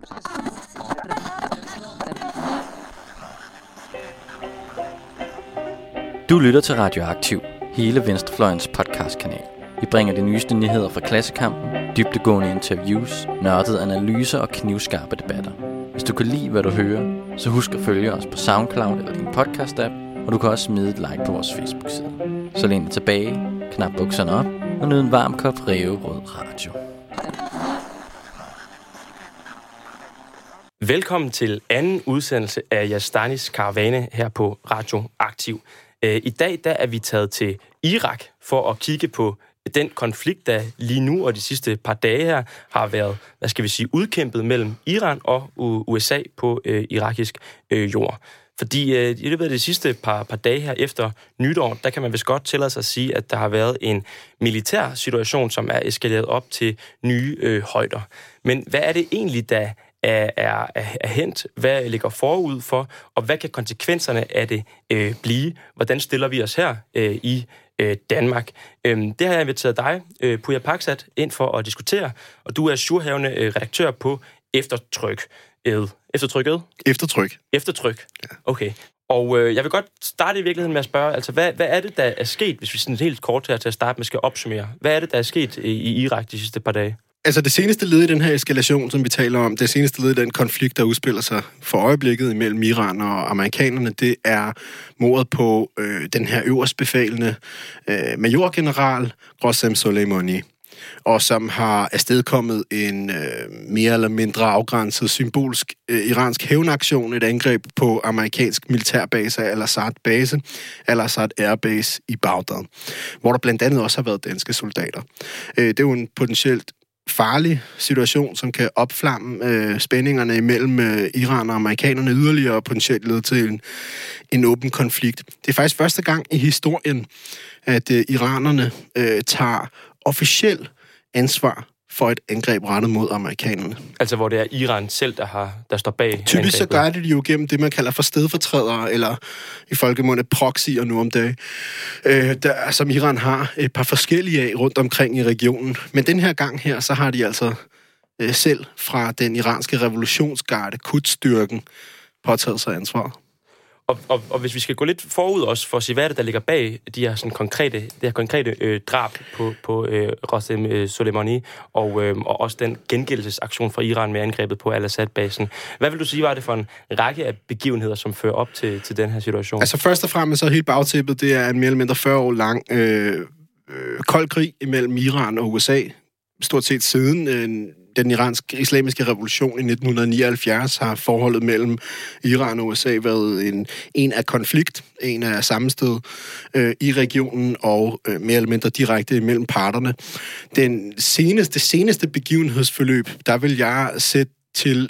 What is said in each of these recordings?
Du lytter til Radioaktiv, hele Venstrefløjens podcastkanal. Vi bringer de nyeste nyheder fra klassekampen, dybdegående interviews, nørdede analyser og knivskarpe debatter. Hvis du kan lide, hvad du hører, så husk at følge os på SoundCloud eller din podcast-app, og du kan også smide et like på vores Facebook-side. Så læn dig tilbage, knap bukserne op og nyd en varm kop ræverød radio. Velkommen til anden udsendelse af Yastanis Karavane her på Radioaktiv. I dag der er vi taget til Irak for at kigge på den konflikt, der lige nu og de sidste par dage her har været, udkæmpet mellem Iran og USA på irakisk jord. Fordi i løbet af de sidste par dage her efter nytår, der kan man vist godt tillade sig at sige, at der har været en militær situation, som er eskaleret op til nye højder. Men hvad er det egentlig, der er hent? Hvad ligger forud for? Og hvad kan konsekvenserne af det blive? Hvordan stiller vi os her i Danmark? Det har jeg inviteret dig, Puja Paksat, ind for at diskutere, og du er jourhavende redaktør på Eftertryk. Eftertryk. Ja. Okay. Og jeg vil godt starte i virkeligheden med at spørge, altså hvad er det, der er sket, hvis vi sådan helt kort her til at starte med skal opsummere? Hvad er det, der er sket i Irak de sidste par dage? Altså det seneste led i den her eskalation, som vi taler om, det seneste led i den konflikt, der udspiller sig for øjeblikket imellem Iran og amerikanerne, det er mordet på den her øverstbefalende majorgeneral Qasem Soleimani, og som har afstedkommet en mere eller mindre afgrænset symbolsk iransk hævnaktion, et angreb på amerikansk militærbase, Al-Assad Airbase i Baghdad, hvor der blandt andet også har været danske soldater. Det er jo en potentielt farlig situation, som kan opflamme spændingerne imellem Iran og amerikanerne yderligere og potentielt lede til en åben konflikt. Det er faktisk første gang i historien, at iranerne tager officiel ansvar for et angreb rettet mod amerikanerne. Altså hvor det er Iran selv, der står bag typisk angrebet. Så gør det jo gennem det, man kalder for stedfortrædere, eller i folkemunde proxyer nu om dagen, som Iran har et par forskellige af rundt omkring i regionen. Men den her gang her, så har de altså selv fra den iranske revolutionsgarde, Quds-styrken, påtaget sig ansvar. Og hvis vi skal gå lidt forud også for at se, hvad er det, der ligger bag de her sådan konkrete drab på Qasem Soleimani og også den gengældelsesaktion fra Iran med angrebet på Al-Assad-basen. Hvad vil du sige, var det for en række af begivenheder, som fører op til den her situation? Altså først og fremmest så helt bagtæppet, det er en mere eller mindre 40 år lang kold krig imellem Iran og USA. Stort set siden den iransk-islamiske revolution i 1979 har forholdet mellem Iran og USA været en af konflikt, en af sammenstød i regionen og mere eller mindre direkte mellem parterne. Det seneste begivenhedsforløb, der vil jeg sætte til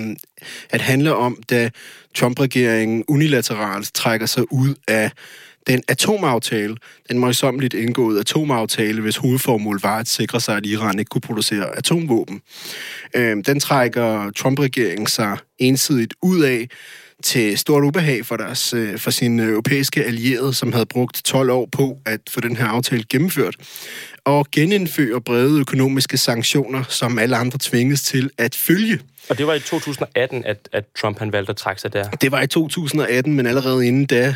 at handle om, da Trump-regeringen unilateralt trækker sig ud af den atomaftale, den møjsommeligt indgåede atomaftale, hvis hovedformål var at sikre sig, at Iran ikke kunne producere atomvåben. Den trækker Trump-regeringen sig ensidigt ud af til stort ubehag for sine europæiske allierede, som havde brugt 12 år på at få den her aftale gennemført, og genindføre brede økonomiske sanktioner, som alle andre tvinges til at følge. Og det var i 2018, at Trump han valgte at trække sig der? Det var i 2018, men allerede inden da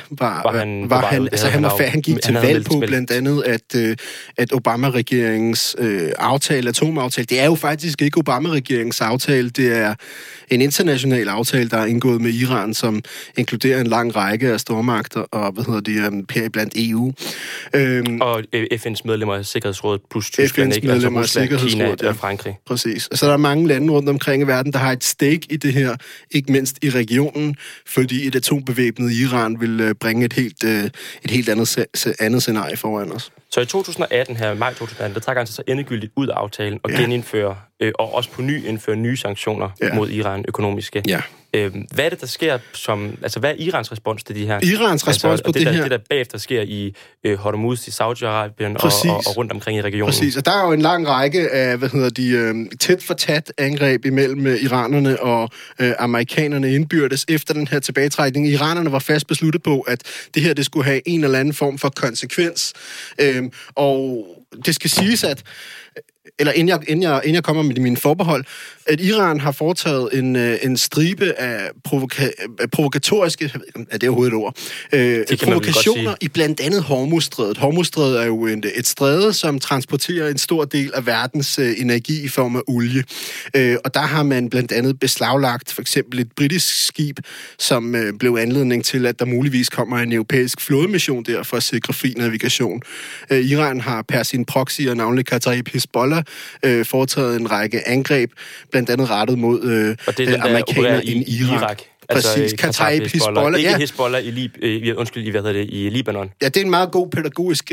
han gik til valg på blandt andet, at Obama-regeringens atomaftale, det er jo faktisk ikke Obama-regeringens aftale, det er en international aftale, der er indgået med Iran, som inkluderer en lang række af stormagter og, blandt EU. Og FN's medlemmer af Sikkerhedsrådet plus Tyskland, ikke? Altså Rusland, Kina og Frankrig. Præcis. Og så er der mange lande rundt omkring i verden, der har et stake i det her, ikke mindst i regionen, fordi et atombevæbnet Iran vil bringe et helt andet scenarie foran os. Så i 2018, her maj 2018, der trækker han sig så endegyldigt ud af aftalen og genindfører, og også på ny indfører nye sanktioner mod Iran økonomiske. Ja. Hvad er det, der sker hvad er Irans respons til de her? Irans respons på det her? Det, der bagefter sker i Hormuz, i Saudi-Arabien og rundt omkring i regionen. Præcis, og der er jo en lang række af, tæt for tæt angreb imellem iranerne og amerikanerne indbyrdes efter den her tilbagetrækning. Iranerne var fast besluttet på, at det her, det skulle have en eller anden form for konsekvens. Og det skal siges, at eller inden jeg kommer med mine forbehold, at Iran har foretaget en stribe af provokatoriske, jeg ved ikke, er det overhovedet et ord, provokationer i blandt andet Hormuzstrædet. Hormuzstrædet er jo et stræde, som transporterer en stor del af verdens energi i form af olie. Og der har man blandt andet beslaglagt for eksempel et britisk skib, som blev anledning til, at der muligvis kommer en europæisk flådemission der for at sikre fri navigation. Iran har per sin proxy og navnlig Kataib Hezbollah foretaget en række angreb, blandt andet rettet mod amerikanere i Irak. Præcis, altså, Kataib Hezbollah. Ikke Hezbollah i Libanon. Ja, det er en meget god pædagogisk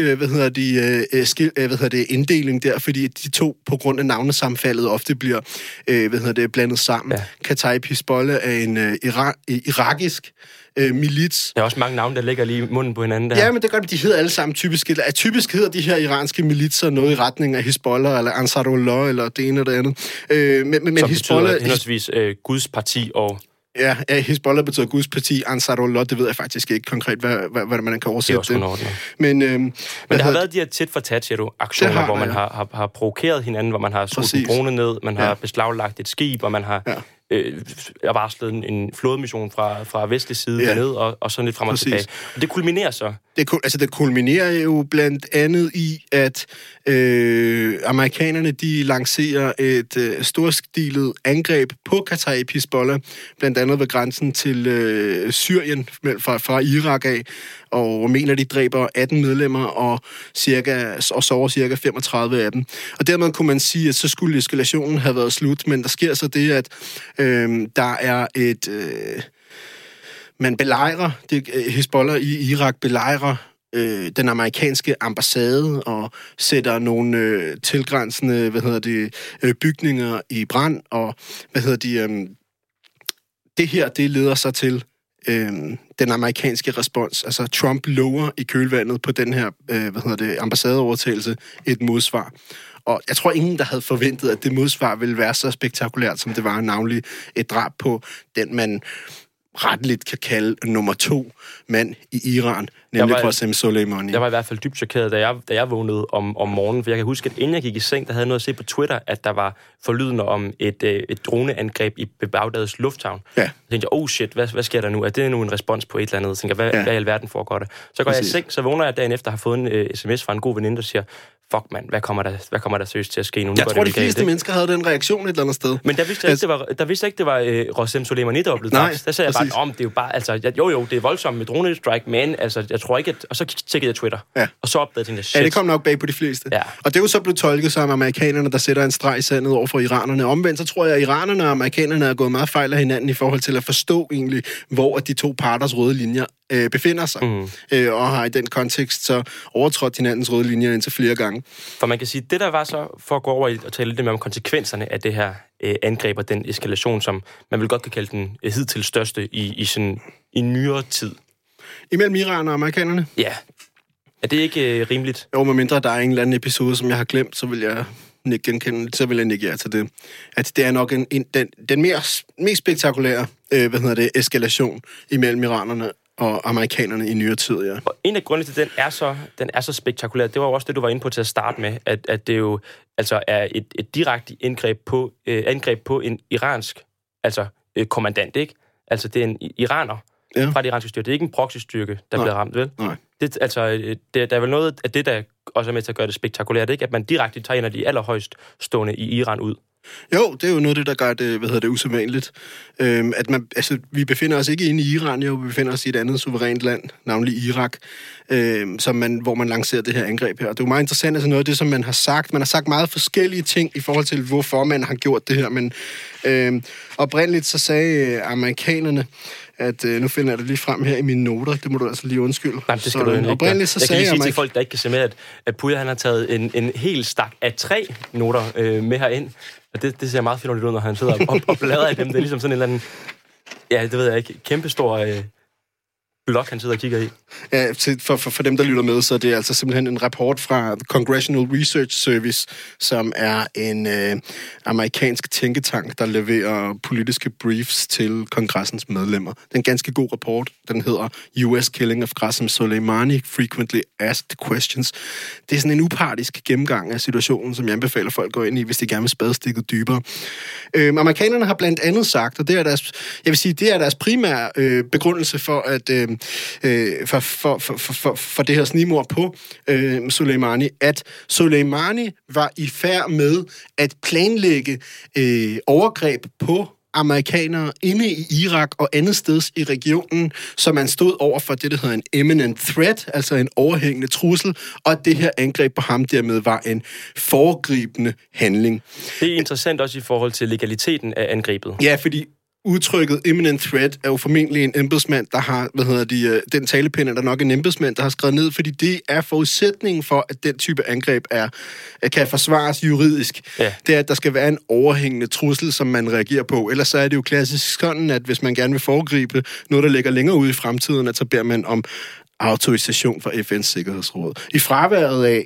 inddeling der, fordi de to på grund af navnesammenfaldet ofte bliver blandet sammen. Ja. Kataib Hezbollah er en irakisk milits. Der er også mange navne, der ligger lige i munden på hinanden der. Ja, men det gør de hedder alle sammen typisk. Typisk hedder de her iranske militser noget i retning af Hezbollah, eller Ansarullah, eller det ene eller det andet. Men som Hezbollah... betyder henholdsvis Guds parti og... Ja, Hezbollah betyder Guds parti, Ansarullah, det ved jeg faktisk ikke konkret, hvad man kan oversætte det. Men der har været de her tit-for-tat-aktioner, hvor man har provokeret hinanden, hvor man har skudt droner ned, man har beslaglagt et skib, og man har varslet en flådemission fra vestlig side dernede, og sådan lidt frem og tilbage. Og det kulminerer så? Det kulminerer jo blandt andet i, at amerikanerne, de lancerer et storstilet angreb på Kataib Hezbollah, blandt andet ved grænsen til Syrien fra Irak af, og mener, de dræber 18 medlemmer og sårer cirka 35 af dem. Og dermed kunne man sige, at så skulle eskalationen have været slut, men der sker så det, at der er et... man belejrer, Hezbollah i Irak belejrer den amerikanske ambassade og sætter nogle tilgrænsende, bygninger i brand, og det her, det leder sig til den amerikanske respons. Altså Trump lover i kølvandet på den her, ambassadeovertagelse et modsvar. Og jeg tror ingen, der havde forventet, at det modsvar ville være så spektakulært, som det var, navnlig et drab på den, man retteligt kan kalde nummer 2 mand i Iran, nemlig Qasem Soleimani. Jeg var i hvert fald dybt chokeret, da jeg vågnede om morgenen, for jeg kan huske, at inden jeg gik i seng, der havde noget at se på Twitter, at der var forlydende om et droneangreb i Bagdads lufthavn. Ja. Så tænkte jeg, shit, hvad sker der nu? Er det nu en respons på et eller andet? Så tænkte jeg, hvad i alverden foregår der? Så går jeg i seng, så vågner jeg dagen efter, har fået en sms fra en god veninde, der siger, fuck mand, hvad kommer der seriøst til at ske nu? Jeg tror, de fleste mennesker havde den reaktion et eller andet sted. Men der vidste jeg ikke, det var Qasem Soleimani, der var blevet dræbt. Der sagde jeg bare, det er jo bare, altså, det er voldsomt med dronestrike, men altså, jeg tror ikke, at... Og så tjekkede jeg Twitter, og så opdagede jeg, shit. Ja, det kom nok bag på de fleste. Ja. Og det er jo så blevet tolket som amerikanerne, der sætter en streg i sandet over for iranerne. Omvendt, så tror jeg, at iranerne og amerikanerne er gået meget fejl af hinanden i forhold til at forstå egentlig, hvor de to parters røde linjer befinder sig, og har i den kontekst så overtrådt hinandens røde linjer indtil flere gange. For man kan sige, det der var så, for at gå over og tale lidt mere om konsekvenserne af det her angreb og den eskalation, som man vil godt kan kalde den hidtil største i nyere tid. Imellem Iran og amerikanerne? Ja. Er det ikke rimeligt? Jo, medmindre der er en eller anden episode, som jeg har glemt, så vil jeg ikke genkende, så vil jeg ikke til det. At det er nok den mest spektakulære eskalation imellem iranerne og amerikanerne i nyere tid, ja. Og en af grundene til, den er så spektakulær, det var jo også det, du var inde på til at starte med, at det jo altså er et direkte angreb på en iransk kommandant, ikke? Altså, det er en iraner fra det iranske styre. Det er ikke en proxystyrke, der bliver ramt, vel? Nej. Der er vel noget af det, der også er med til at gøre det spektakulært, ikke? At man direkte tager en af de allerhøjst stående i Iran ud. Jo, det er jo noget af det, der gør det, usædvanligt. Vi befinder os ikke inde i Iran, jo, vi befinder os i et andet suverænt land, navnlig Irak, hvor man lancerer det her angreb her. Og det er jo meget interessant, noget af det, som man har sagt. Man har sagt meget forskellige ting i forhold til, hvorfor man har gjort det her, men oprindeligt så sagde amerikanerne, at nu finder jeg det lige frem her i mine noter. Det må du altså lige undskylde. Nej, det skal du ikke. Oprindeligt så sagde jeg kan lige sige til folk, der ikke kan se med, at Puja, han har taget en hel stak af 3 noter med herind. Og det ser meget fint ud, når han sidder og bladrer i dem. Det er ligesom sådan en eller anden... Ja, det ved jeg ikke. Kæmpestor... blog, han sidder og kigger i. Ja, for dem, der lytter med, så det er altså simpelthen en rapport fra Congressional Research Service, som er en amerikansk tænketank, der leverer politiske briefs til kongressens medlemmer. Det er en ganske god rapport. Den hedder US Killing of Qasem Soleimani, Frequently Asked Questions. Det er sådan en upartisk gennemgang af situationen, som jeg anbefaler folk går ind i, hvis de gerne vil spadestikket dybere. Amerikanerne har blandt andet sagt, og det er deres primære begrundelse for at for det her snigmord på Soleimani, at Soleimani var i færd med at planlægge overgreb på amerikanere inde i Irak og andet steds i regionen, så man stod over for det, der hedder en imminent threat, altså en overhængende trussel, og at det her angreb på ham dermed var en foregribende handling. Det er interessant også i forhold til legaliteten af angrebet. Ja, fordi udtrykket imminent threat er jo formentlig en embedsmand, der har, den talepinde er der nok en embedsmand, der har skrevet ned, fordi det er forudsætningen for, at den type angreb kan forsvares juridisk. Ja. Det er, at der skal være en overhængende trussel, som man reagerer på. Ellers så er det jo klassisk sådan, at hvis man gerne vil foregribe noget, der ligger længere ude i fremtiden, at så beder man om autorisation fra FN's Sikkerhedsråd. I fraværet af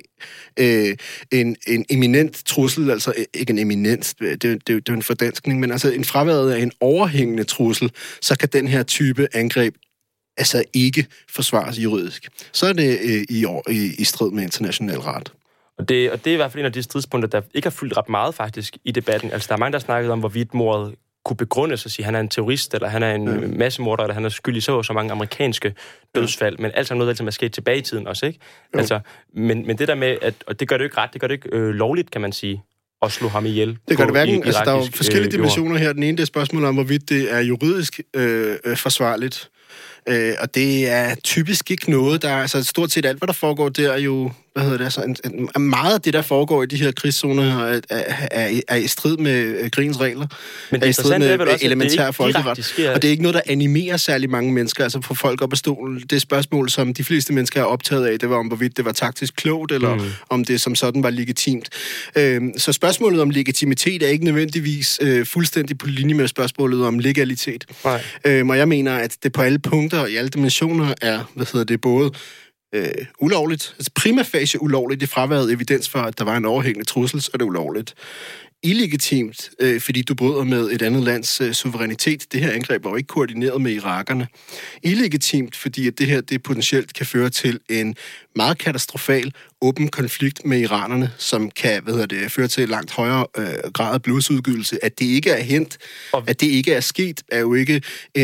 en eminent trussel, altså ikke en eminent, det er en fordanskning, men altså en fraværet af en overhængende trussel, så kan den her type angreb altså ikke forsvares juridisk. Så er det i strid med international ret. Og det er i hvert fald en af de stridspunkter, der ikke har fyldt ret meget faktisk i debatten. Altså der er mange, der har snakket om, hvorvidt mordet kunne begrundes og sige, at han er en terrorist, eller han er en massemorder, eller han er skyld i så mange amerikanske dødsfald, men alt sammen noget, der er sket tilbage i tiden også, ikke? Altså, men det der med, og det gør det jo ikke ret, det gør det ikke lovligt, kan man sige, at slå ham ihjel. Det gør det hverken. Altså, der er jo forskellige dimensioner her. Den ene, det er spørgsmålet om, hvorvidt det er juridisk forsvarligt. Og det er typisk ikke noget, der altså stort set alt, hvad der foregår, der er jo, meget af det, der foregår i de her krigszoner, er i strid med krigens regler. Men det er i strid med elementær folkeret. Og det er ikke noget, der animerer særlig mange mennesker, altså få folk op af stolen. Det spørgsmål, som de fleste mennesker er optaget af, det var om, hvorvidt det var taktisk klogt, eller om det som sådan var legitimt. Så spørgsmålet om legitimitet er ikke nødvendigvis fuldstændig på linje med spørgsmålet om legalitet. Og jeg mener, at det på alle punkter og i alle dimensioner er, både ulovligt, altså prima facie ulovligt, det fraværet evidens for, at der var en overhængende trussel, så er det ulovligt. Illegitimt, fordi du bryder med et andet lands suverænitet. Det her angreb var jo ikke koordineret med irakerne. Illegitimt, fordi at det her det potentielt kan føre til en meget katastrofal åben konflikt med iranerne, som kan føre til langt højere grad af blodsudgydelse. At det ikke er hent, at det ikke er sket, er jo ikke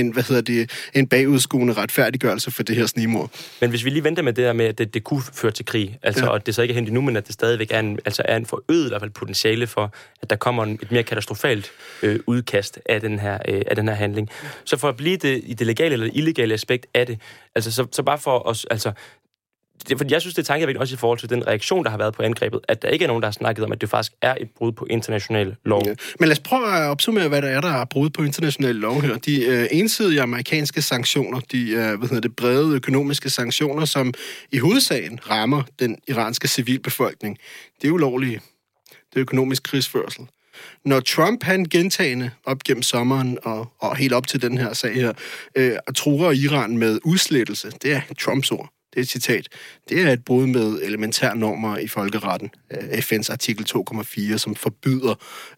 en bagudskuende retfærdiggørelse for det her snigmord. Men hvis vi lige venter med det der med, at det kunne føre til krig, altså, og det så ikke er hent endnu, men at det stadigvæk er en forøget i hvert fald potentiale for, at der kommer et mere katastrofalt udkast af den her handling. Så for at blive i det legale eller illegale aspekt af det, altså så bare for os, altså fordi jeg synes, det er tankevækkende også i forhold til den reaktion, der har været på angrebet, at der ikke er nogen, der har snakket om, at det faktisk er et brud på international lov. Ja. Men lad os prøve at opsummere, hvad der er brud på international lov her. De ensidige amerikanske sanktioner, de brede økonomiske sanktioner, som i hovedsagen rammer den iranske civilbefolkning, det er ulovlige. Det er økonomisk krigsførsel. Når Trump, han gentagende op gennem sommeren og helt op til den her sag her, truer Iran med udslettelse, det er Trumps ord. Det er et citat. Det er et brud med elementære normer i folkeretten. FN's artikel 2,4, som forbyder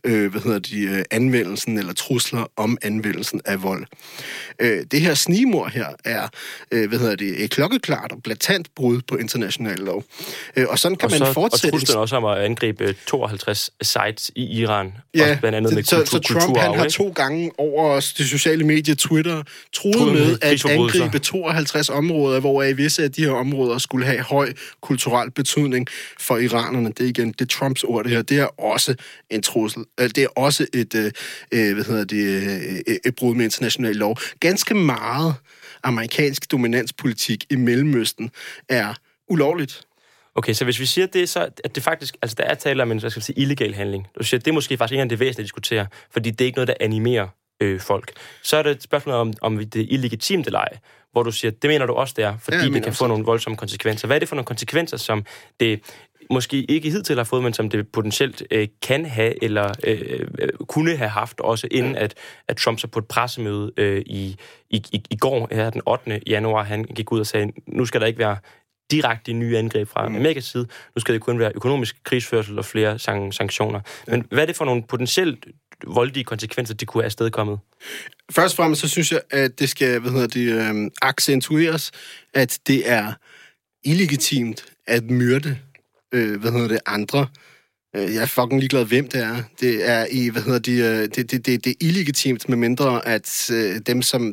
anvendelsen eller trusler om anvendelsen af vold. Det her snigmord her er et klokkeklart og blatant brud på international lov. Og sådan kan man fortsætte. Og truslen også om at angribe 52 sites i Iran. Ja, også blandt andet med så Trump han har 2 gange over det sociale medie Twitter truet med at angribe 52 områder, hvoraf visse af de her områder skulle have høj kulturel betydning for iranerne. Det er igen, det er Trumps ord, det her. Det er også en trussel. Det er også et brud med international lov. Ganske meget amerikansk dominanspolitik i Mellemøsten er ulovligt. Okay, så hvis vi siger det, så at det faktisk, altså der er tale om en, illegal handling. Du siger, det er måske faktisk ikke en af det væsentlige at diskutere, fordi det er ikke noget, der animerer folk. Så er det et spørgsmål om det er illegitimt eller ej, hvor du siger, det mener du også, det er, fordi det kan få nogle voldsomme konsekvenser. Hvad er det for nogle konsekvenser, som det måske ikke hidtil har fået, men som det potentielt kan have, eller kunne have haft også, inden at Trump så på et pressemøde i går, her den 8. januar, han gik ud og sagde, nu skal der ikke være direkte nye angreb fra Amerikas side. Nu skal det kun være økonomisk krigsførsel og flere sanktioner. Men hvad er det for nogle potentielt voldelige konsekvenser, de kunne have afstedkommet? Først og fremmest, så synes jeg, at det skal, accentueres, at det er illegitimt at myrde, andre. Jeg er fucking ligeglad, hvem det er. Det er det er illegitimt, med mindre at dem, som,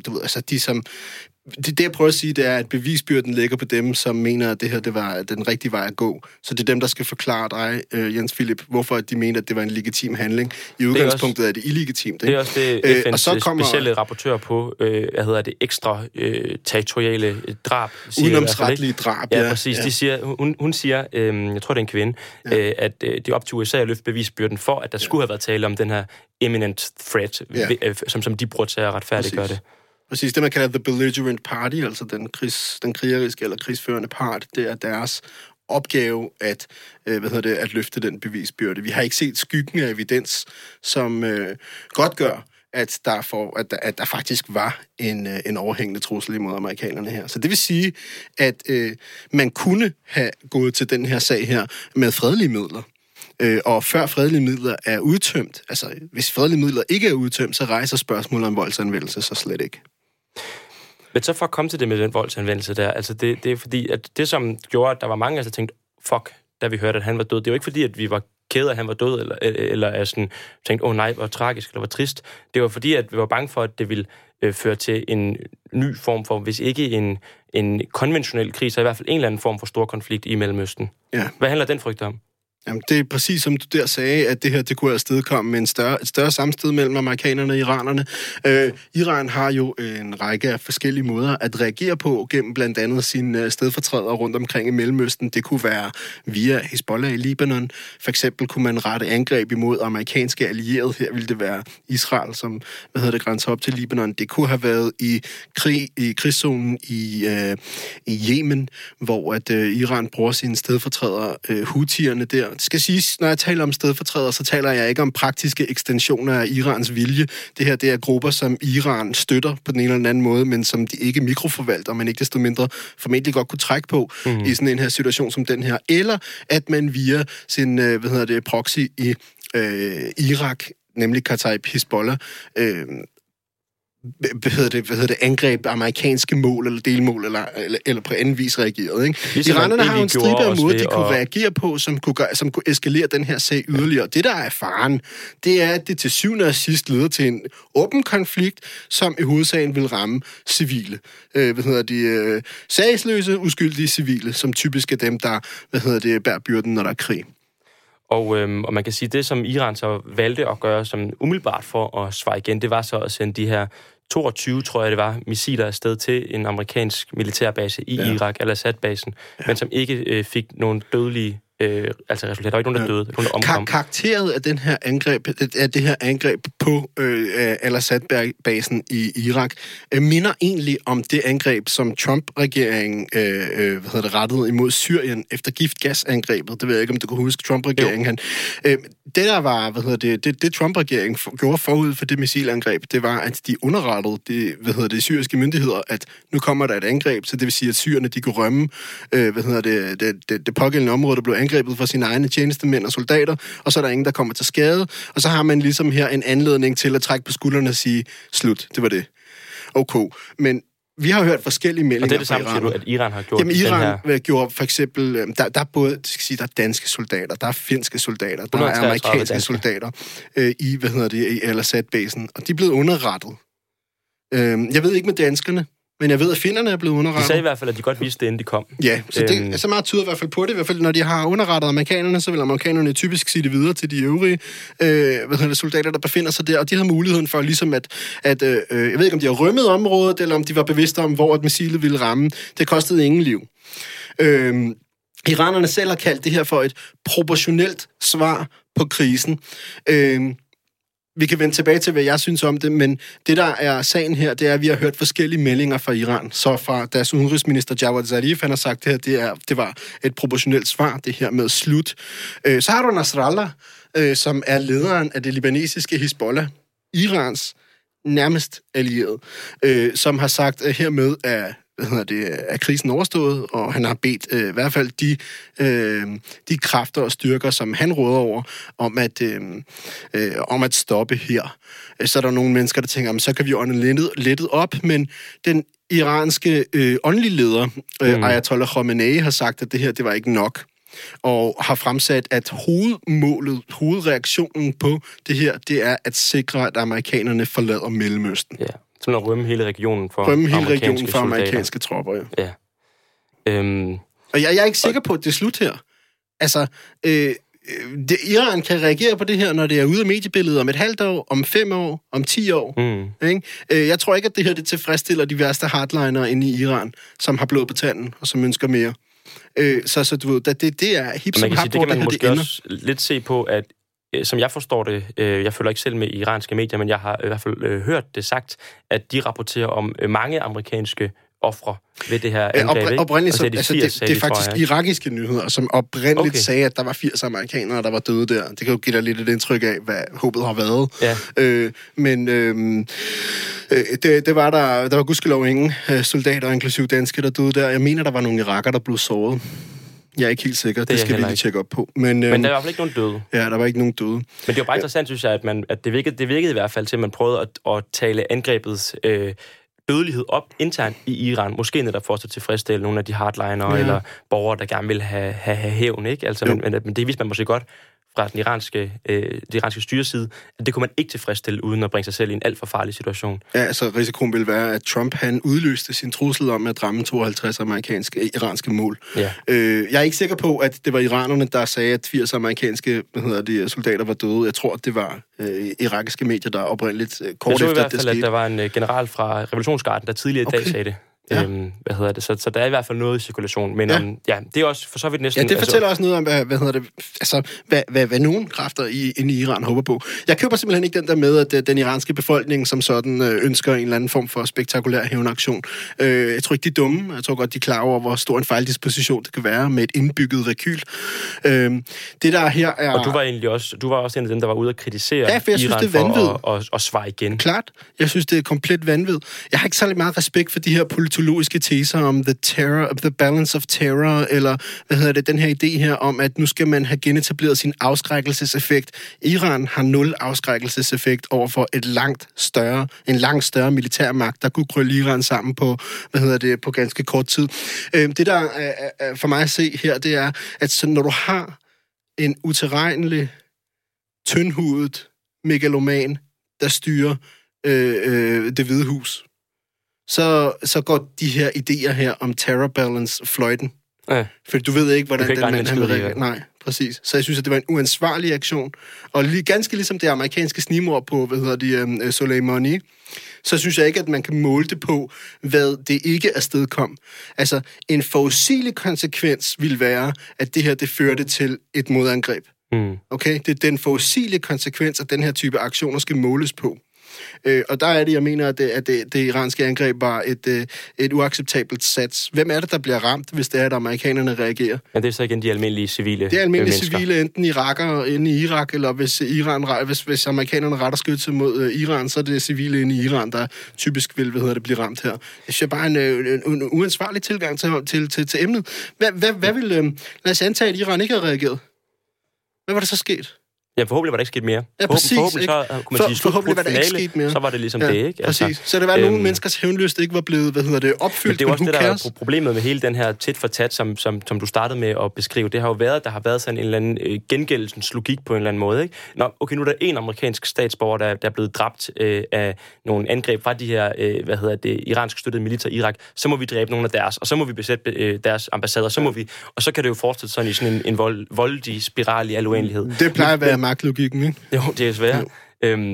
det jeg prøver at sige, det er, at bevisbyrden ligger på dem, som mener, at det her det var den rigtige vej at gå. Så det er dem, der skal forklare dig, Jens Philip, hvorfor de mener, at det var en legitim handling. I udgangspunktet er det illegitimt. Det er også det FN's specielle rapportør på, ekstra territoriale drab. Udenomsretlige drab, ja. Præcis. Ja. De siger, hun siger, jeg tror, det er en kvinde, at det er op til USA at løfte bevisbyrden for, at der skulle have været tale om den her imminent threat, som de bruger til at retfærdiggøre det. Præcis, det man kalder the belligerent party, altså den krigeriske eller krigsførende part, det er deres opgave at løfte den bevisbyrde. Vi har ikke set skyggen af evidens, som godt gør, at der faktisk var en overhængende trussel imod amerikanerne her. Så det vil sige, at man kunne have gået til den her sag her med fredelige midler. Og før fredelige midler er udtømt, altså hvis fredelige midler ikke er udtømt, så rejser spørgsmålet om voldsanvendelse så slet ikke. Men så for at komme til det med den voldsanvendelse der, altså det er fordi, at det som gjorde, at der var mange, der tænkte, fuck, da vi hørte, at han var død. Det var ikke fordi, at vi var kede af, at han var død, eller sådan, tænkte, nej, hvor tragisk, eller hvor trist. Det var fordi, at vi var bange for, at det ville føre til en ny form for, hvis ikke en konventionel krig, så i hvert fald en eller anden form for stor konflikt i Mellemøsten. Ja. Hvad handler den frygt om? Jamen, det er præcis som du der sagde, at det her det kunne afstedkomme med et større sammenstød mellem amerikanerne og iranerne. Iran har jo en række af forskellige måder at reagere på, gennem blandt andet sine stedfortrædere rundt omkring i Mellemøsten. Det kunne være via Hezbollah i Libanon. For eksempel kunne man rette angreb imod amerikanske allierede. Her ville det være Israel, som grænser op til Libanon. Det kunne have været i krigszonen i Yemen, hvor at Iran bruger sine stedfortrædere, Houthierne der. Det skal siges, når jeg taler om stedfortrædere, så taler jeg ikke om praktiske ekstensioner af Irans vilje. Det her, det er grupper, som Iran støtter på den ene eller den anden måde, men som de ikke mikroforvalter, men ikke desto mindre formentlig godt kunne trække på i sådan en her situation som den her. Eller at man via sin, proxy i Irak, nemlig Kataib Hezbollah, angreb amerikanske mål eller delmål eller på anden vis reageret, ikke? Iranerne har jo en stribe af måder, de kunne reagere på, som kunne eskalere den her sag yderligere. Det, der er faren, det er, at det til syvende og sidst leder til en åben konflikt, som i hovedsagen vil ramme civile. Sagsløse, uskyldige civile, som typisk er dem, der bærer byrden, når der er krig. Og man kan sige, det som Iran så valgte at gøre som umiddelbart for at svare igen, det var så at sende de her 22, tror jeg det var, missiler afsted til en amerikansk militærbase i Irak, Al-Assad-basen, men som ikke fik nogen dødelige resultater. Der var ikke nogen, der døde. Nogen, der omkom. Karakteret af det her angreb på Al-Assad-basen i Irak minder egentlig om det angreb, som Trump-regeringen rettede imod Syrien efter giftgasangrebet. Det ved jeg ikke, om du kan huske Trump-regeringen. Det der var, det Trump-regeringen gjorde forud for det missilangreb, det var, at de underrettede de syriske myndigheder, at nu kommer der et angreb, så det vil sige, at syrerne de kunne rømme det pågældende område, der blev angrebet for sine egne tjenestemænd og soldater, og så er der ingen, der kommer til skade, og så har man ligesom her en anledning til at trække på skuldrene og sige, slut, det var det. Okay, men vi har hørt forskellige meldinger fra Iran. Og det er det samme, siger du, at Iran har gjort? Jamen, Iran gjorde for eksempel, der er både, der er danske soldater, der er finske soldater, der er amerikanske soldater i Al-Assad-basen, og de er blevet underrettet. Jeg ved ikke med danskerne, men jeg ved, at finnerne er blevet underrettet. De sagde i hvert fald, at de godt vidste det, inden de kom. Ja, så det så meget tyder i hvert fald på det. I hvert fald, når de har underrettet amerikanerne, så vil amerikanerne typisk sige det videre til de øvrige soldater, der befinder sig der. Og de har muligheden for ligesom at jeg ved ikke, om de har rømmet området, eller om de var bevidste om, hvor et missilet ville ramme. Det kostede ingen liv. Iranerne selv har kaldt det her for et proportionelt svar på krisen. vi kan vende tilbage til, hvad jeg synes om det, men det, der er sagen her, det er, at vi har hørt forskellige meldinger fra Iran. Så fra deres udenrigsminister Jawad Zarif, han har sagt, det her, det var et proportionelt svar, det her med slut. Så har du Nasrallah, som er lederen af det libanesiske Hezbollah, Irans nærmest allierede, som har sagt hermed, at krisen overstået, og han har bedt i hvert fald de kræfter og styrker, som han råder over, om at stoppe her. Så er der nogle mennesker, der tænker, så kan vi ånde lettet op, men den iranske åndelige leder, Ayatollah Khamenei, har sagt, at det her, det var ikke nok, og har fremsat, at hovedreaktionen på det her, det er at sikre, at amerikanerne forlader Mellemøsten. Ja. Sådan at rømme hele regionen for amerikanske tropper, ja. Og jeg er ikke sikker på, at det er slut her. Altså, Iran kan reagere på det her, når det er ude af mediebilledet om et halvt år, om 5 år, om 10 år. Ikke? Jeg tror ikke, at det her det tilfredsstiller de værste hardlinere inde i Iran, som har blod på tanden og som ønsker mere. Så du ved, det er hip som hap, det kan man måske også lidt se på, at som jeg forstår det, jeg følger ikke selv med iranske medier, men jeg har i hvert fald hørt det sagt, at de rapporterer om mange amerikanske ofre ved det her angreb. Oprindeligt, det er faktisk irakiske nyheder, som oprindeligt sagde, at der var 80 amerikanere, der var døde der. Det kan jo give dig lidt et indtryk af, hvad håbet har været. Ja. Men det var der var gudskelov ingen soldater, inklusive danske, der døde der. Jeg mener, der var nogle irakere, der blev såret. Jeg er ikke helt sikker. Det skal vi lige tjekke op på. Men der var i hvert fald ikke nogen døde. Ja, der var ikke nogen døde. Men det var bare interessant, synes jeg, at det virkede i hvert fald til, at man prøvede at tale angrebets dødelighed op internt i Iran. Måske netop for at tilfredsstille nogle af de hardlinere eller borgere, der gerne vil have hævn, ikke? Altså, men det vidste man måske godt fra den iranske styreside, at det kunne man ikke tilfredsstille, uden at bringe sig selv i en alt for farlig situation. Ja, altså risikoen ville være, at Trump, han udløste sin trussel om at ramme 52 iranske mål. Ja. Jeg er ikke sikker på, at det var iranerne, der sagde, at 80 amerikanske soldater var døde. Jeg tror, at det var irakiske medier, der oprindeligt kort efter det skete. Jeg så i hvert fald, at der var en general fra Revolutionsgarden, der tidligere i dag sagde det. Ja. Så der er i hvert fald noget i cirkulation, men det er også for så vidt næsten... Ja, det fortæller også noget om, hvad nogle kræfter inde i Iran håber på. Jeg køber simpelthen ikke den der med, at den iranske befolkning som sådan ønsker en eller anden form for spektakulær hævnaktion. Jeg tror ikke, de er dumme. Jeg tror godt, de er klar over, hvor stor en fejldisposition det kan være med et indbygget rekyl. Det der her er... Og du var også en af dem, der var ude at kritisere Iran for at svare igen. Klart. Jeg synes, det er komplet vanvid. Jeg har ikke særlig meget respekt for de her politologiske teser om the balance of terror, eller den her idé her om, at nu skal man have genetableret sin afskrækkelseseffekt. Iran har 0 afskrækkelseseffekt over for en langt større militærmagt, der kunne krølle Iran sammen på, på ganske kort tid. Det der er for mig at se her, det er, at når du har en utilregnelig, tyndhudet megaloman, der styrer Det Hvide Hus, så går de her idéer her om terror balance fløjten. Ja. For du ved ikke, hvordan den mand han vil. Nej, præcis. Så jeg synes, at det var en uansvarlig aktion. Og ganske ligesom det amerikanske snigmord på, Soleimani, så synes jeg ikke, at man kan måle det på, hvad det ikke afstedkom. Altså, en forudsigelig konsekvens vil være, at det her, det førte til et modangreb. Okay? Det er den forudsigelige konsekvens, at den her type aktioner skal måles på. Og der er det, jeg mener, at det iranske angreb var et uacceptabelt sats. Hvem er det, der bliver ramt, hvis det er, at amerikanerne reagerer? Ja, det er så igen de almindelige civile. Det er almindelige civile, enten irakere inde i Irak, eller hvis amerikanerne retter skytset mod Iran, så er det civile inde i Iran, der typisk vil blive ramt her. Jeg synes bare en uansvarlig tilgang til emnet. Hvad vil... lad os antage, at Iran ikke havde reageret. Hvad var der så sket? Ja, forhåbentlig var der ikke sket mere. Ja, præcis. Forhåbentlig så kunne man sige, forhåbentlig var der ikke sket mere. Så var det ligesom det, ikke? Altså, præcis. Så det var nogle menneskers hævnlyst ikke var blevet, opfyldt. Men det er også det, der er problemet med hele den her tit for tat, som du startede med at beskrive. Det har jo været, der har været sådan en eller anden gengældelsens logik på en eller anden måde, ikke? Nå, okay, nu er der en amerikansk statsborger, der er blevet dræbt af nogle angreb fra de her, iransk støttede militær i Irak. Så må vi dræbe nogle af deres, og så må vi besætte deres ambassader, og så kan det jo fortsætte sådan i sådan en voldig spiral i al uendelighed. Det plejer at være magtlogikken, ikke? Jo, det er svært.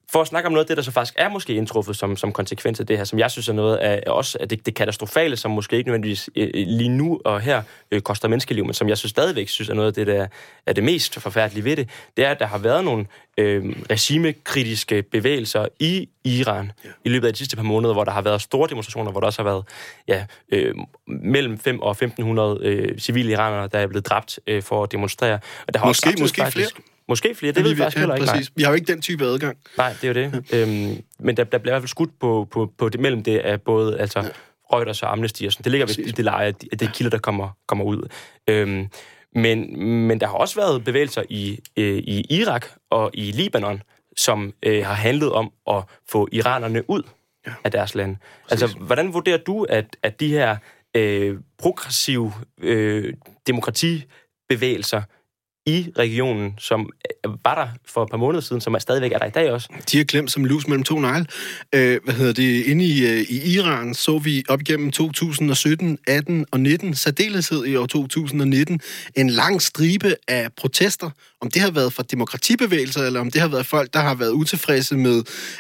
for at snakke om noget af det, der så faktisk er måske indtruffet som konsekvens af det her, som jeg synes er noget af også af det katastrofale, som måske ikke nødvendigvis lige nu og her koster menneskeliv, men som jeg stadigvæk synes er noget af det, der er det mest forfærdelige ved det, det er, at der har været nogle regimekritiske bevægelser i Iran i løbet af de sidste par måneder, hvor der har været store demonstrationer, hvor der også har været mellem 5 og 1.500 civile iranere, der er blevet dræbt for at demonstrere. Og der har måske flere. Måske flere, det ved vi faktisk heller ikke. Præcis. Vi har jo ikke den type adgang. Nej, det er jo det. Men der bliver i hvert fald skudt på det mellem det af både Reuters og Amnesty og sådan. Det ligger i det leje, at det er kilder, der kommer ud. Men der har også været bevægelser i Irak og i Libanon, som har handlet om at få iranerne ud af deres land. Altså, hvordan vurderer du, at de her progressive demokratibevægelser i regionen, som var der for et par måneder siden, som stadigvæk er der i dag også? De er glemt som lus mellem to negle. Inde i Iran så vi op igennem 2017, 18 og 19, særdeleshed i år 2019, en lang stribe af protester. Om det har været fra demokratibevægelser, eller om det har været folk, der har været utilfredse med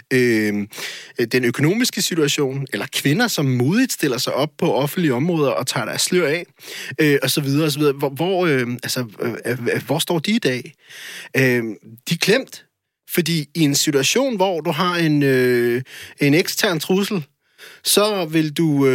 den økonomiske situation, eller kvinder, som modigt stiller sig op på offentlige områder og tager deres slør af, og så videre, og så videre. Hvor står de i dag? De er klemt, fordi i en situation, hvor du har en ekstern trussel, så vil du,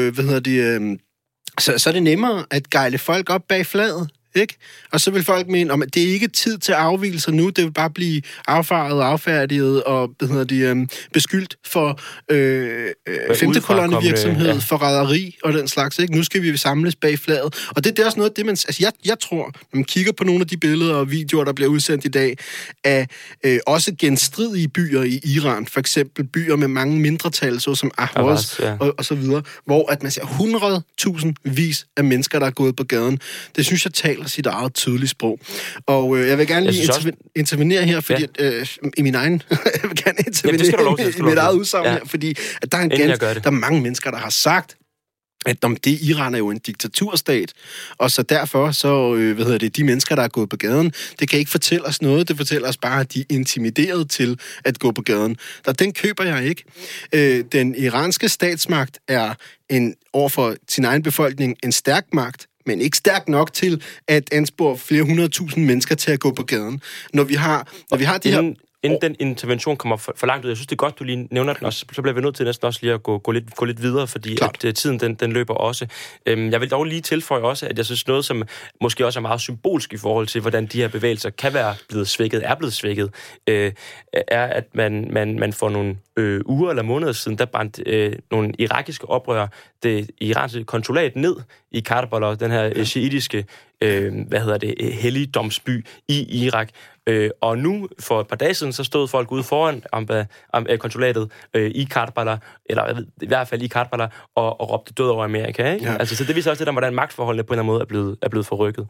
så er det nemmere at gejle folk op bag flaget, ikke? Og så vil folk mene, at det er ikke tid til afvigelser nu, det vil bare blive affaret, affærdiget og beskyldt for femtekolonne virksomhed, forræderi og den slags, ikke? Nu skal vi samles bag flaget. Og det er også noget af det, man... Altså, jeg tror, når man kigger på nogle af de billeder og videoer, der bliver udsendt i dag, af også genstridige byer i Iran, for eksempel byer med mange mindretal, såsom Ahvaz og så videre, hvor at man ser 100.000 vis af mennesker, der er gået på gaden. Det synes jeg taler sit eget tydeligt sprog. Og jeg vil gerne lige intervenere her, fordi i min egen... jeg vil gerne intervenere i mit eget udsagn her, fordi at der er mange mennesker, der har sagt, at det Iran er jo en diktaturstat, og så derfor så, de mennesker, der er gået på gaden, det kan ikke fortælle os noget, det fortæller os bare, at de er intimideret til at gå på gaden. Den køber jeg ikke. Den iranske statsmagt er overfor sin egen befolkning en stærk magt, men ikke stærk nok til at anspore flere 100.000 mennesker til at gå på gaden. Når vi har det her... Inden den intervention kommer for langt ud, jeg synes, det er godt, du lige nævner den også, så bliver vi nødt til næsten også lige at gå lidt videre, fordi at tiden den løber også. Jeg vil dog lige tilføje også, at jeg synes noget, som måske også er meget symbolsk i forhold til, hvordan de her bevægelser er blevet svækket, er, at man for nogle uger eller måneder siden, der brændte nogle irakiske oprørere det iranske konsulat ned i Karbala, den her shiitiske helligdomsby i Irak. Og nu, for et par dage siden, så stod folk ude foran konsulatet i Karbala, eller i hvert fald i Karbala, og råbte død over Amerika, ikke? Ja. Altså, så det viser også lidt om, hvordan magtforholdene på en eller anden måde er blevet forrykket.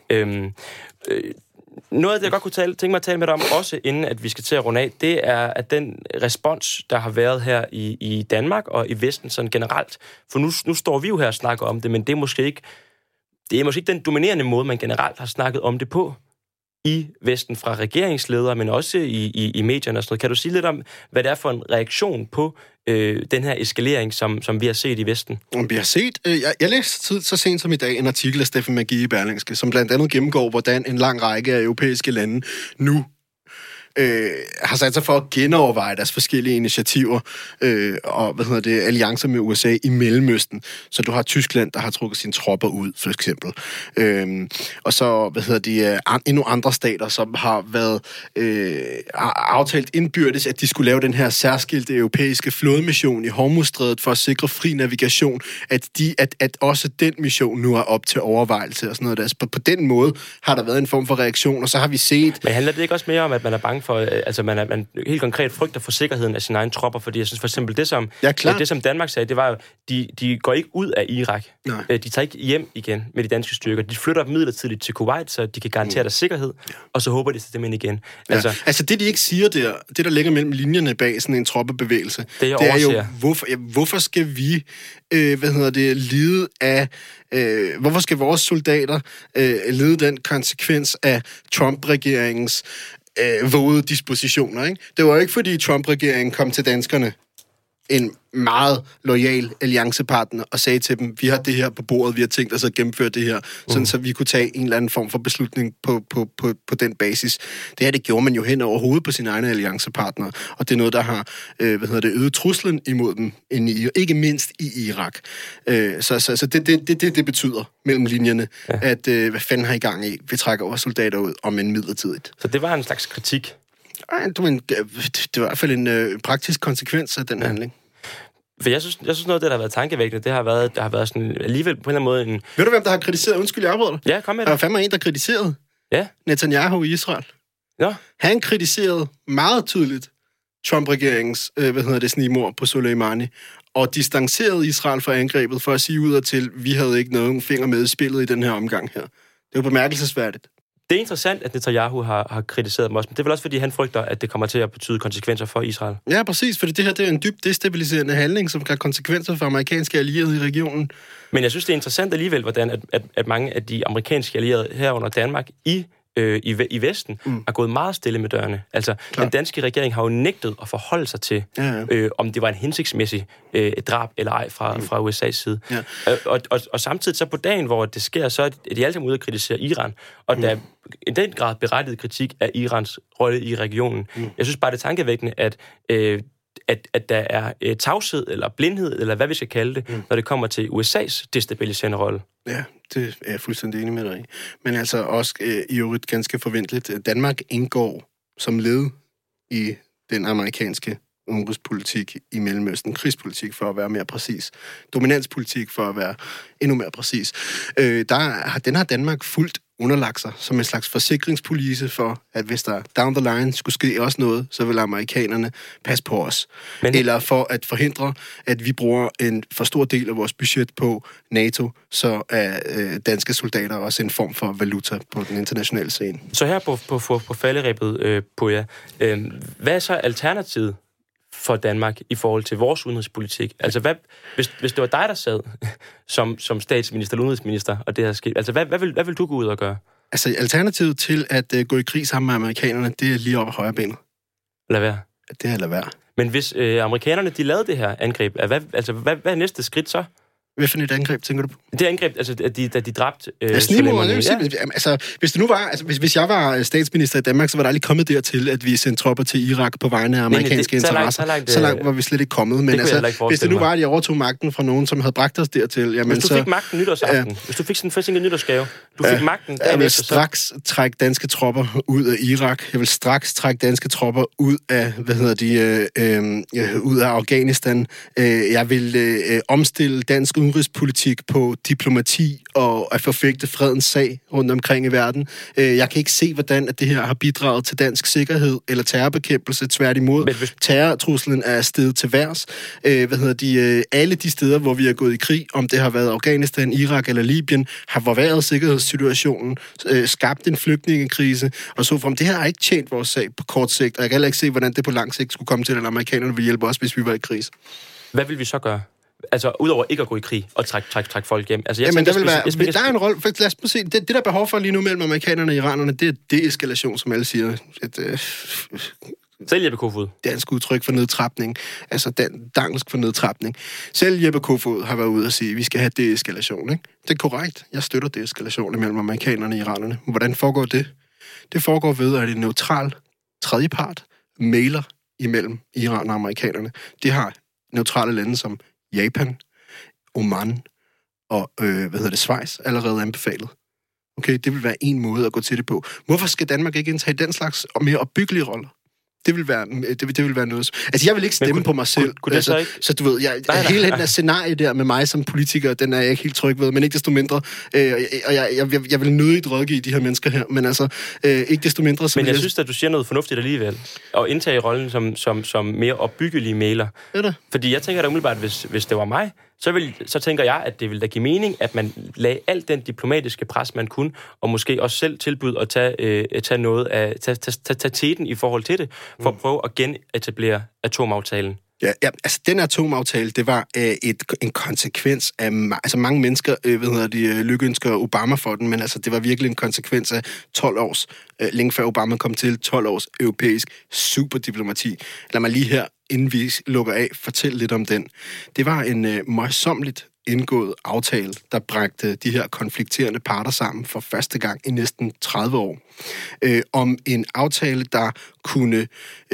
Noget af det, jeg godt kunne tænke mig at tale med dig om, også inden at vi skal til at runde af, det er, at den respons, der har været her i Danmark og i Vesten sådan generelt, for nu står vi jo her og snakker om det, men det er måske ikke den dominerende måde, man generelt har snakket om det på i Vesten fra regeringsledere, men også i medierne og sådan noget. Kan du sige lidt om, hvad det er for en reaktion på den her eskalering, som vi har set i Vesten? Vi har set... Jeg læste så sent som i dag en artikel af Steffen Magie i Berlingske, som blandt andet gennemgår, hvordan en lang række af europæiske lande nu har sat sig for at genoverveje deres forskellige initiativer og alliancer med USA i Mellemøsten. Så du har Tyskland, der har trukket sine tropper ud, for eksempel. Og så, endnu andre stater, som har været aftalt indbyrdes, at de skulle lave den her særskilte europæiske flådemission i Hormuzstrædet for at sikre fri navigation, at også den mission nu er op til overvejelse og sådan noget. Altså, på den måde har der været en form for reaktion, og så har vi set... Men handler det ikke også mere om, at man er bange for, altså man helt konkret frygter for sikkerheden af sine egne tropper, fordi jeg synes for eksempel det som Danmark sagde, det var jo, de går ikke ud af Irak. Nej. De tager ikke hjem igen med de danske styrker. De flytter midlertidigt til Kuwait, så de kan garantere deres sikkerhed, og så håber de til dem ind igen. Altså det, de ikke siger der ligger mellem linjerne bag sådan en troppebevægelse, det er jo, hvorfor skal vi lide af hvorfor skal vores soldater lide den konsekvens af Trump-regeringens vågede dispositioner, ikke? Det var ikke, fordi Trump-regeringen kom til danskerne, en meget loyal alliancepartner, og sagde til dem, vi har det her på bordet, vi har tænkt os at gennemføre det her, sådan så vi kunne tage en eller anden form for beslutning på den basis. Det her, det gjorde man jo hen over hovedet på sine egne alliancepartnere, og det er noget, der har øget truslen imod dem, ikke mindst i Irak. Så det betyder mellem linjerne, at hvad fanden har I gang i? Vi trækker vores soldater ud, om en midlertidigt. Så det var en slags kritik? Det var i hvert fald en praktisk konsekvens af den handling. For jeg synes noget af det, der har været tankevækkende, der har været sådan alligevel på en eller anden måde en... Ved du, hvem der har kritiseret? Undskyld, jeg afbryder dig. Ja, kom med det. Der var fandme en, der kritiserede Netanyahu i Israel. Ja. Han kritiserede meget tydeligt Trump-regeringens, snigmord på Soleimani, og distancerede Israel fra angrebet for at sige ud og til, vi havde ikke nogen finger med i spillet i den her omgang her. Det var bemærkelsesværdigt. Det er interessant, at Netanyahu har kritiseret dem også, men det er vel også, fordi han frygter, at det kommer til at betyde konsekvenser for Israel. Ja, præcis, fordi det her det er en dybt destabiliserende handling, som kan have konsekvenser for amerikanske allierede i regionen. Men jeg synes, det er interessant alligevel, hvordan at mange af de amerikanske allierede herunder Danmark i Vesten er gået meget stille med dørene. Altså, den danske regering har jo nægtet at forholde sig til, om det var en hensigtsmæssig drab eller ej fra USA's side. Ja. Og samtidig så på dagen, hvor det sker, så er de alle sammen ude at kritisere Iran, og der er i den grad berettiget kritik af Irans rolle i regionen. Jeg synes bare, det er tankevækkende, at der er tavshed eller blindhed, eller hvad vi skal kalde det, når det kommer til USA's destabiliserende rolle. Ja, det er jeg fuldstændig enig med dig i. Men altså også i øvrigt ganske forventeligt. Danmark indgår som led i den amerikanske udenrigspolitik i Mellemøsten, krigspolitik for at være mere præcis, dominanspolitik for at være endnu mere præcis. Den har Danmark fuldt underlagt sig som en slags forsikringspolice for, at hvis der down the line skulle ske også noget, så vil amerikanerne passe på os. Eller for at forhindre, at vi bruger en for stor del af vores budget på NATO, så er danske soldater også en form for valuta på den internationale scene. Så her på falderæbet på jer, hvad er så alternativet for Danmark i forhold til vores udenrigspolitik? Altså, hvis det var dig, der sad som statsminister eller udenrigsminister, og det her skete, altså, hvad vil du gå ud og gøre? Altså, alternativet til at gå i krig sammen med amerikanerne, det er lige op ad højre benet. Lad være. Det er lad være. Men hvis amerikanerne, de lavede det her angreb, hvad er næste skridt så? Hvad for et angreb, tænker du på? Det angreb, altså, da de dræbte Soleimani. Altså, hvis det nu var, hvis jeg var statsminister i Danmark, så var der aldrig kommet dertil, at vi sendte tropper til Irak på vegne af amerikanske interesser. Så langt var vi slet ikke kommet. Men altså, hvis det nu var, at jeg overtog magten fra nogen, som havde bragt os dertil, jamen hvis du fik magten nytårsaften, hvis du fik sådan en forsinket nytårsgave, du fik magten... Jeg vil straks trække danske tropper ud af Irak. Jeg vil straks trække danske tropper ud af, ud af Afghanistan. Jeg vil omstille dansk udenrigspolitik på diplomati og at forfægte fredens sag rundt omkring i verden. Jeg kan ikke se, hvordan at det her har bidraget til dansk sikkerhed eller terrorbekæmpelse. Tværtimod, terrortruslen er steget til værs. Alle de steder, hvor vi er gået i krig, om det har været Afghanistan, Irak eller Libyen, har forværret sikkerhedssituationen, skabt en flygtningekrise, og så frem. Det her har ikke tjent vores sag på kort sigt, og jeg kan heller ikke se, hvordan det på lang sigt skulle komme til, at amerikanerne vil hjælpe os, hvis vi var i krise. Hvad vil vi så gøre? Altså, udover ikke at gå i krig og trække folk hjem. Altså, der er en rolle. Lad os se. Det der er behov for lige nu mellem amerikanerne og iranerne, det er deeskalation, som alle siger. Selv Jeppe Kofod. Dansk udtryk for nedtrapning. Altså dansk for nedtrapning. Selv Jeppe Kofod har været ude og sige, at vi skal have deeskalation. Ikke? Det er korrekt. Jeg støtter deeskalation mellem amerikanerne og iranerne. Hvordan foregår det? Det foregår ved, at en neutral tredjepart mailer imellem Iran og amerikanerne. Det har neutrale lande som Japan, Oman og Schweiz allerede anbefalet. Okay, det vil være en måde at gå til det på. Hvorfor skal Danmark ikke indtage den slags mere opbyggelige roller? Det vil være noget. Altså, jeg vil ikke stemme på mig selv. Kunne det så ikke? Så du ved, hele den der scenarie der med mig som politiker, den er jeg ikke helt tryg ved, men ikke desto mindre. Og jeg vil nødigt rådgive de her mennesker her, men altså, ikke desto mindre... Men jeg synes, at du siger noget fornuftigt alligevel, og indtage rollen som mere opbyggelige mailer. Ja, fordi jeg tænker da umiddelbart, hvis det var mig, så tænker jeg, at det ville da give mening, at man lagde alt den diplomatiske pres, man kunne, og måske også selv tilbyde at tage noget af, tage teten i forhold til det, for at prøve at genetablere atomaftalen. Ja, altså den atomaftale, det var en konsekvens af, altså mange mennesker, lykønsker Obama for den, men altså det var virkelig en konsekvens af 12 års, længe før Obama kom til, 12 års europæisk superdiplomati. Lad mig lige her, inden vi lukker af, fortælle lidt om den. Det var en møjsommeligt indgået aftale, der bragte de her konflikterende parter sammen for første gang i næsten 30 år. Om en aftale, der kunne...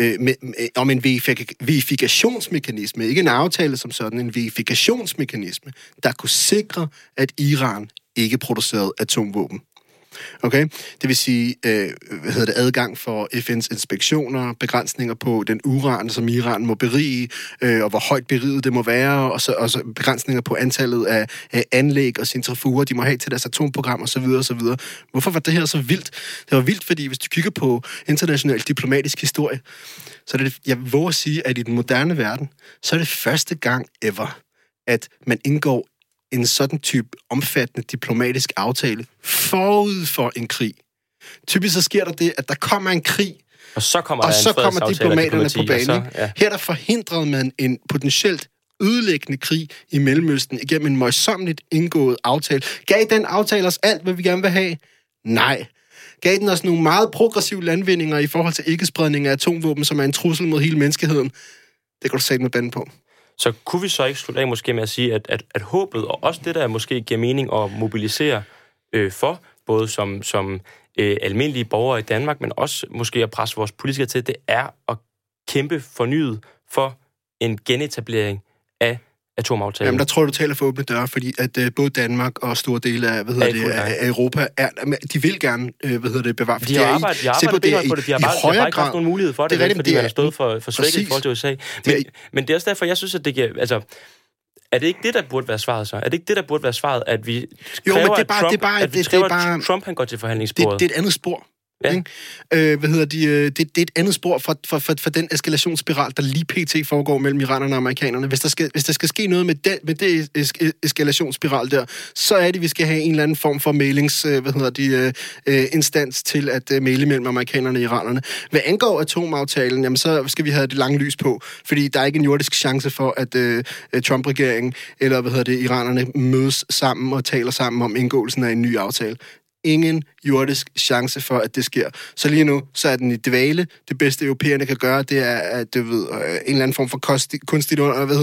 om en verifikationsmekanisme, ikke en aftale som sådan, en verifikationsmekanisme, der kunne sikre, at Iran ikke producerede atomvåben. Okay? Det vil sige, adgang for FN's inspektioner, begrænsninger på den uran, som Iran må berige, og hvor højt beriget det må være, og så begrænsninger på antallet af anlæg og centrifuger, de må have til deres atomprogram, osv. osv. Hvorfor var det her så vildt? Det var vildt, fordi hvis du kigger på international diplomatisk historie, så er det, jeg våger at sige, at i den moderne verden, så er det første gang ever, at man indgår en sådan type omfattende diplomatisk aftale forud for en krig. Typisk så sker der det, at der kommer en krig, og så kommer diplomaterne på banen. Her der forhindrede man en potentielt ødelæggende krig i Mellemøsten igennem en møjsommeligt indgået aftale. Gav den aftale os alt, hvad vi gerne vil have? Nej. Gav den os nogle meget progressive landvindinger i forhold til ikke-spredning af atomvåben, som er en trussel mod hele menneskeheden? Det kan du sætte med banden på. Så kunne vi så ikke slutte af måske med at sige, at håbet, og også det, der måske giver mening at mobilisere for, både som almindelige borgere i Danmark, men også måske at presse vores politikere til, det er at kæmpe fornyet for en genetablering af atomaftalen. Jamen, der tror du taler for åbne døre, fordi at både Danmark og store dele af, af Europa, de vil gerne, bevare. De har arbejdet benhårdt på det. De har bare ikke haft nogen mulighed for det, fordi man har stået for svækket i forhold til USA. Men det er også derfor, jeg synes, at det giver... Altså, er det ikke det, der burde være svaret så? Er det ikke det, der burde være svaret, at vi kræver, at Trump han går til forhandlingsbordet? Det er et andet spor. Ja. Det er et andet spor for den eskalationsspiral, der lige pt. Foregår mellem iranerne og amerikanerne. Hvis der skal ske noget med det eskalationsspiral der, så er det, vi skal have en eller anden form for mailings, instans til at maile mellem amerikanerne og iranerne. Hvad angår atomaftalen, jamen så skal vi have det lange lys på, fordi der er ikke en jordisk chance for, at Trump-regeringen eller iranerne mødes sammen og taler sammen om indgåelsen af en ny aftale. Ingen jordisk chance for, at det sker. Så lige nu, så er den i dvale. Det bedste europæerne kan gøre, det er, at en eller anden form for kunstigt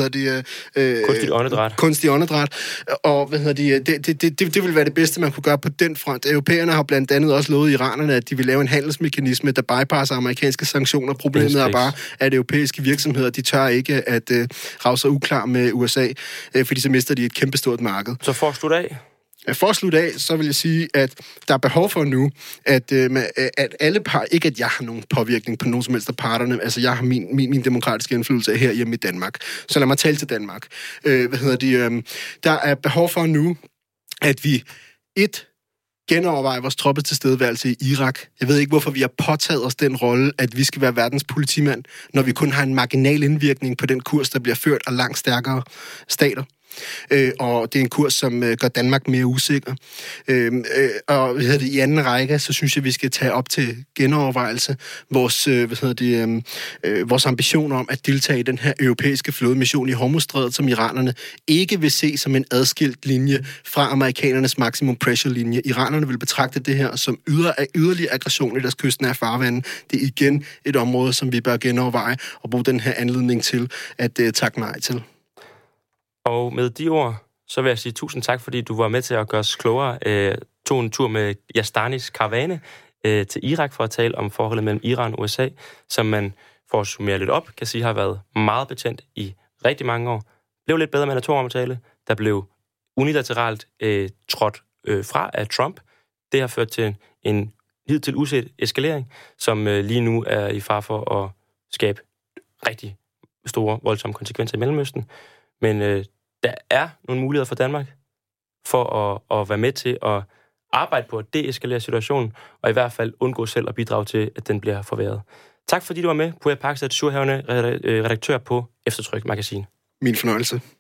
åndedræt. Og det vil være det bedste, man kunne gøre på den front. Europæerne har blandt andet også lovet iranerne, at de vil lave en handelsmekanisme, der bypasser amerikanske sanktioner. Problemet er bare, at europæiske virksomheder, de tør ikke at rage sig uklar med USA, fordi så mister de et kæmpestort marked. Så for at slutte af? For at slutte af, så vil jeg sige, at der er behov for nu, at alle par, ikke at jeg har nogen påvirkning på nogen som helst af parterne, altså jeg har min demokratiske indflydelse her hjemme i Danmark. Så lad mig tale til Danmark. Der er behov for nu, at vi genoverveje vores troppes tilstedeværelse i Irak. Jeg ved ikke, hvorfor vi har påtaget os den rolle, at vi skal være verdens politimand, når vi kun har en marginal indvirkning på den kurs, der bliver ført af langt stærkere stater. Og det er en kurs, som gør Danmark mere usikker. Og i anden række, så synes jeg, vi skal tage op til genovervejelse vores ambitioner om at deltage i den her europæiske flådemission i Hormuzstrædet, som iranerne ikke vil se som en adskilt linje fra amerikanernes maximum pressure linje. Iranerne vil betragte det her som yderligere aggression i deres kystnære farvande. Det er igen et område, som vi bør genoverveje og bruge den her anledning til at takke nej til. Og med de ord, så vil jeg sige tusind tak, fordi du var med til at gøre os klogere. Tog en tur med Yastanis karavane til Irak for at tale om forholdet mellem Iran og USA, som man, for at summere lidt op, kan sige har været meget betændt i rigtig mange år. Blev lidt bedre med en atomaftale, der blev unilateralt trådt fra af Trump. Det har ført til en hidtil uset eskalering, som lige nu er i fare for at skabe rigtig store, voldsomme konsekvenser i Mellemøsten. Men der er nogle muligheder for Danmark for at være med til at arbejde på at deeskalere situationen, og i hvert fald undgå selv at bidrage til, at den bliver forværret. Tak fordi du var med, Puja Parksat, Surhavne, redaktør på Eftertryk Magasin. Min fornøjelse.